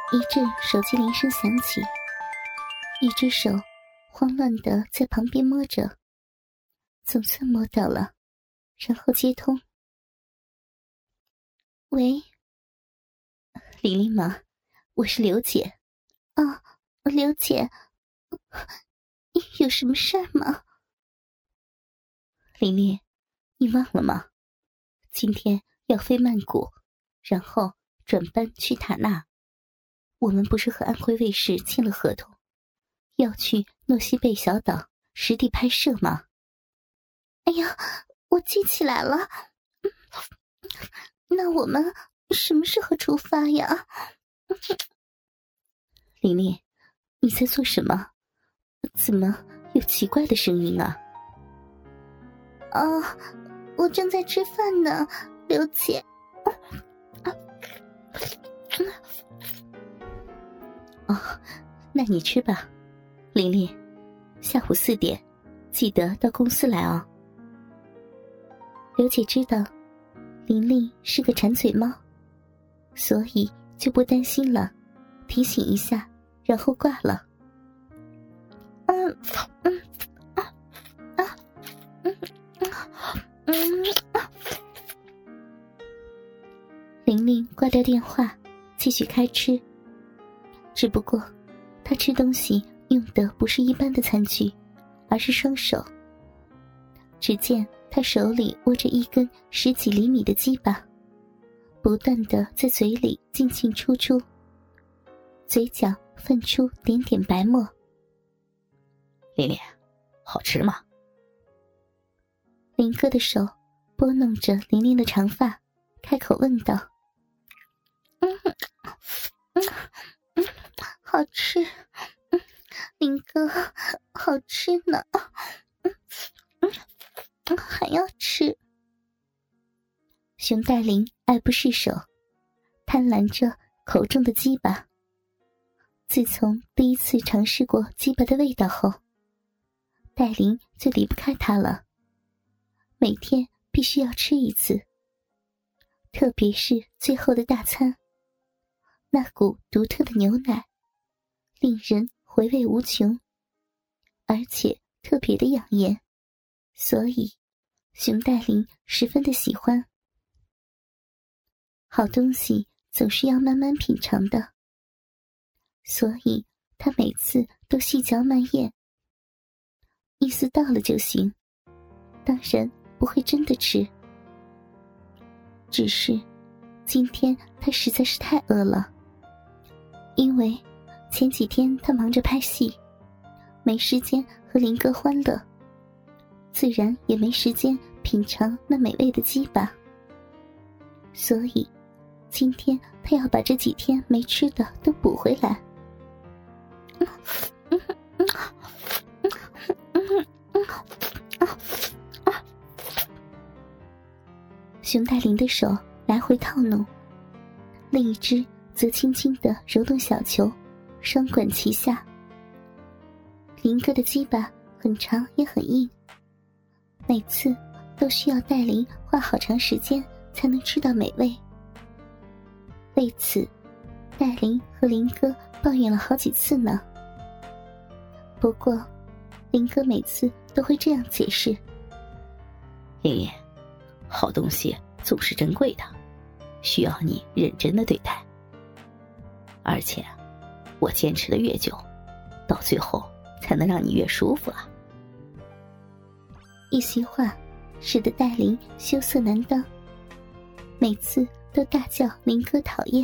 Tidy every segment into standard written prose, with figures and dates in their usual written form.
一阵手机铃声响起，一只手慌乱地在旁边摸着，总算摸到了，然后接通。喂，玲玲吗？我是刘姐。哦，刘姐，有什么事儿吗？玲玲，你忘了吗？今天要飞曼谷，然后转班去塔纳。我们不是和安徽卫视签了合同，要去诺西贝小岛实地拍摄吗？哎呀，我记起来了。那我们什么时候出发呀？玲玲，你在做什么？怎么有奇怪的声音啊？哦，我正在吃饭呢，刘姐。哦，那你吃吧。玲玲，下午4点记得到公司来哦。刘姐知道玲玲是个馋嘴猫，所以就不担心了，提醒一下，然后挂了。玲玲挂掉电话，继续开吃。只不过她吃东西用的不是一般的餐具，而是双手。只见她手里握着一根10几厘米的鸡巴，不断地在嘴里进进出出，嘴角泛出点点白沫。 玲玲，好吃吗？ 林哥的手拨弄着玲玲的长发，开口问道。好吃。林哥，好吃呢。还要吃。熊黛林爱不释手，贪婪着口中的鸡巴。自从第一次尝试过鸡巴的味道后，黛林就离不开它了，每天必须要吃一次。特别是最后的大餐，那股独特的牛奶令人回味无穷，而且特别的养颜，所以熊黛林十分的喜欢。好东西总是要慢慢品尝的，所以她每次都细嚼慢咽，意思到了就行，当然不会真的吃。只是今天她实在是太饿了，因为前几天她忙着拍戏，没时间和林哥欢乐，自然也没时间品尝那美味的鸡巴，所以今天他要把这几天没吃的都补回来。熊黛林的手来回套弄，另一只则轻轻地揉动小球，双管齐下。林哥的鸡巴很长也很硬，每次都需要黛林花好长时间才能吃到美味。为此，黛林和林哥抱怨了好几次呢。不过，林哥每次都会这样解释： 玲玲，好东西总是珍贵的，需要你认真的对待。而且，我坚持的越久，到最后才能让你越舒服啊。 一席话使得黛林羞涩难当，每次都大叫林哥讨厌。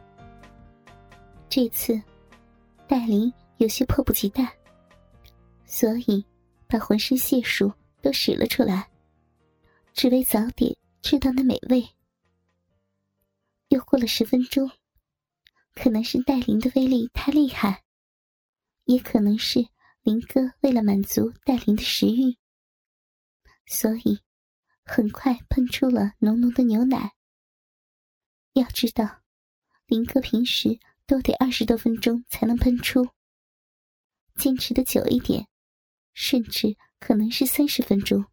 这次黛林有些迫不及待，所以把浑身解数都使了出来，只为早点吃到那美味。又过了10分钟，可能是黛林的威力太厉害，也可能是林哥为了满足黛林的食欲，所以很快喷出了浓浓的牛奶。要知道，林哥平时都得20多分钟才能喷出，坚持的久一点，甚至可能是30分钟。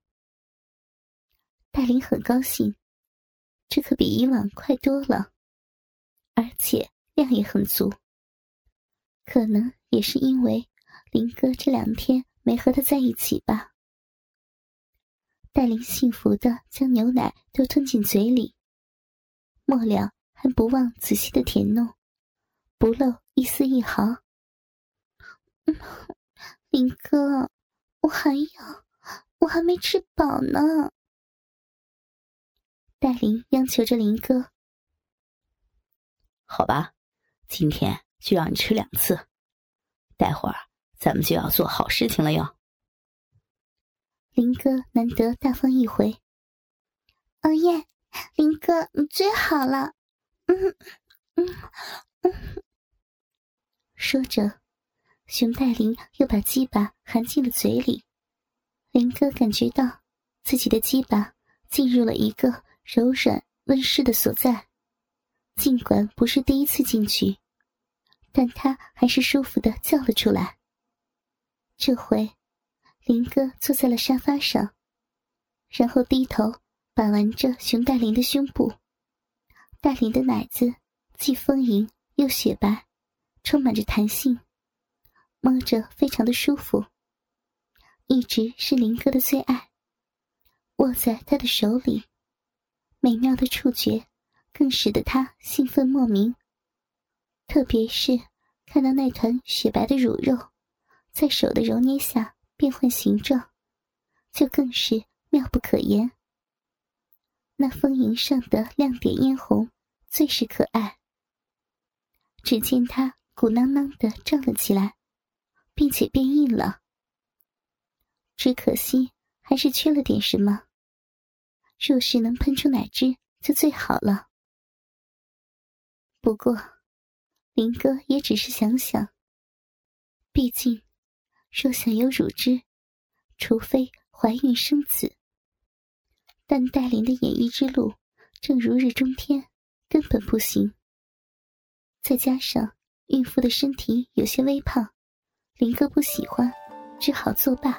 黛林很高兴，这可比以往快多了，而且量也很足。可能也是因为林哥这2天没和他在一起吧。戴琳幸福地将牛奶都吞进嘴里，末了还不忘仔细地舔弄，不漏一丝一毫。林哥，我还没吃饱呢。戴琳央求着林哥。 好吧，今天就让你吃2次，待会儿咱们就要做好事情了哟。 林哥难得大方一回。哦耶，林哥你最好了。说着，熊黛林又把鸡巴含进了嘴里。林哥感觉到自己的鸡巴进入了一个柔软温湿的所在，尽管不是第一次进去，但他还是舒服地叫了出来。这回林哥坐在了沙发上，然后低头把玩着熊黛琳的胸部。黛琳的奶子既丰盈又雪白，充满着弹性，摸着非常的舒服，一直是林哥的最爱。握在他的手里，美妙的触觉更使得他兴奋莫名，特别是看到那团雪白的乳肉在手的揉捏下变换形状，就更是妙不可言。那丰盈上的亮点嫣红最是可爱。只见它鼓囊囊地胀了起来，并且变硬了。只可惜还是缺了点什么，若是能喷出奶汁就最好了。不过林哥也只是想想，毕竟若想有乳汁，除非怀孕生子。但戴琳的演艺之路正如日中天，根本不行。再加上孕妇的身体有些微胖，林哥不喜欢，只好作罢。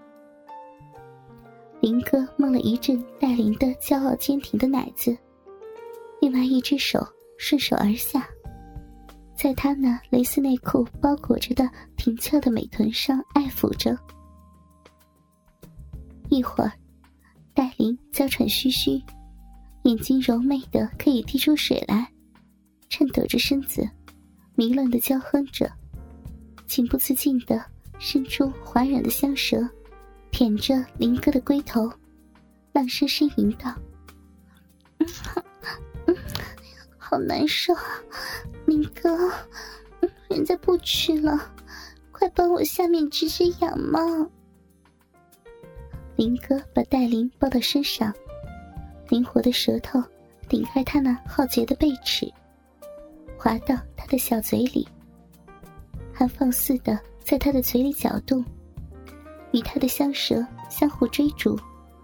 林哥摸了一阵戴琳的骄傲坚挺的奶子，另外一只手顺手而下，在她那蕾丝内裤包裹着的挺翘的美臀上爱抚着。一会儿，戴琳娇喘吁吁，眼睛柔媚的可以滴出水来，颤抖着身子，迷乱的娇哼着，情不自禁地伸出滑软的香舌，舔着林哥的龟头，浪声呻吟道：好难受啊，林哥，人家不吃了，快帮我下面止止痒嘛。林哥把戴琳抱到身上，灵活的舌头顶开她那好洁的背齿，滑到她的小嘴里，还放肆地在她的嘴里搅动，与她的香舌相互追逐。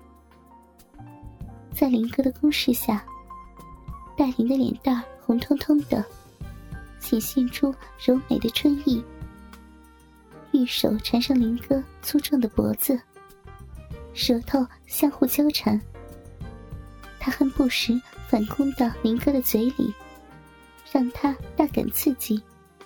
在林哥的攻势下，戴琳的脸蛋红彤彤的，显现出柔美的春意。玉手缠上林哥粗壮的脖子，舌头相互交缠，他恨不时反攻到林哥的嘴里，让他大感刺激。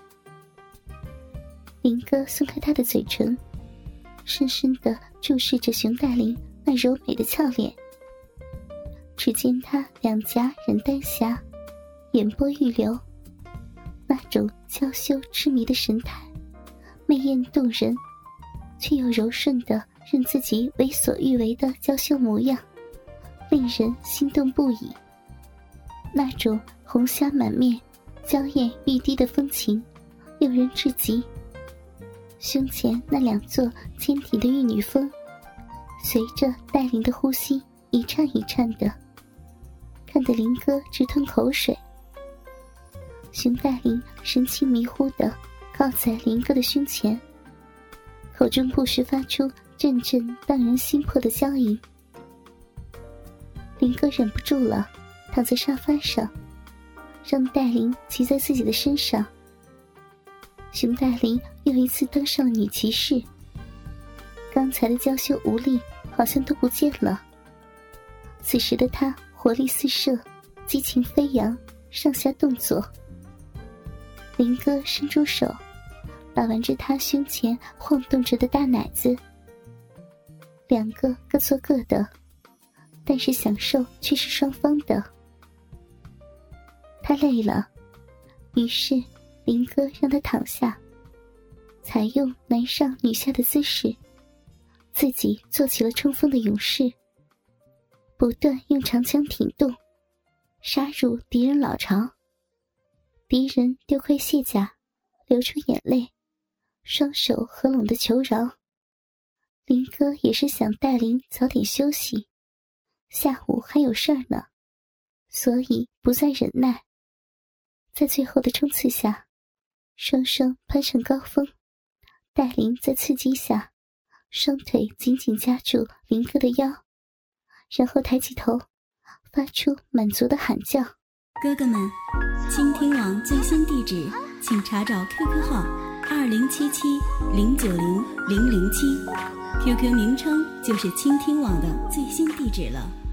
林哥松开他的嘴唇，深深地注视着熊黛琳那柔美的俏脸。只见他两颊染丹霞，眼波欲流，那种娇羞痴迷的神态，媚艳动人，却又柔顺地任自己为所欲为的娇羞模样，令人心动不已。那种红霞满面、娇艳欲滴的风情，诱人至极。胸前那两座坚挺的玉女峰，随着戴琳的呼吸一颤一颤的，看得林哥直吞口水。熊黛琳神情迷糊地靠在林哥的胸前，口中不时发出阵阵荡人心魄的娇吟。林哥忍不住了，躺在沙发上，让戴琳骑在自己的身上。熊黛琳又一次当上了女骑士，刚才的娇羞无力好像都不见了。此时的她活力四射，激情飞扬，上下动作， 林哥伸出手，把玩着他胸前晃动着的大奶子。两个各做各的，但是享受却是双方的。他累了，于是林哥让他躺下，采用男上女下的姿势，自己做起了冲锋的勇士，不断用长枪挺动，杀入敌人老巢。敌人丢盔卸甲，流出眼泪，双手合拢的求饶。林哥也是想带领早点休息，下午还有事儿呢，所以不再忍耐。在最后的冲刺下，双双攀上高峰，戴琳在刺激下，双腿紧紧夹住林哥的腰，然后抬起头，发出满足的喊叫。 哥哥们，倾听网最新地址请查找 QQ 号2077090007，QQ 名称就是倾听网的最新地址了。